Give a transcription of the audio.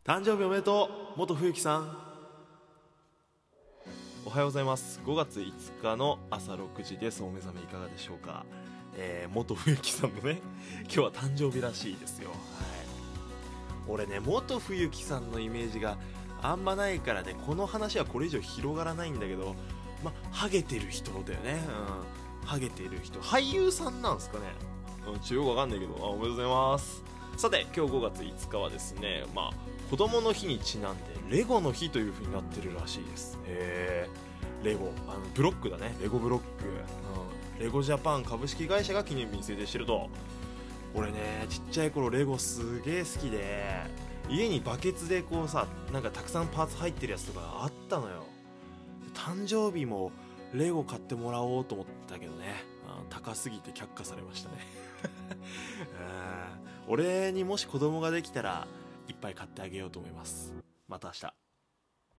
誕生日おめでとう元冬木さん。おはようございます。5月5日の朝6時です。お目覚めいかがでしょうか。元冬木さんのね今日は誕生日らしいですよ。はい、俺ね、元冬木さんのイメージがあんまないからね、この話はこれ以上広がらないんだけど、ハゲてる人だよね。ハゲてる人、俳優さんなんですかね。よくわかんないけど、おめでとうございます。さて、今日5月5日はですね、子供の日にちなんでレゴの日という風になってるらしいです。レゴ、ブロックだね、レゴブロック、レゴジャパン株式会社が記念日に制定してると。俺ね、ちっちゃい頃レゴすげえ好きで、家にバケツでこうさ、なんかたくさんパーツ入ってるやつとかあったのよ。誕生日もレゴ買ってもらおうと思ったけどね、高すぎて却下されましたね俺にもし子供ができたらいっぱい買ってあげようと思います。また明日。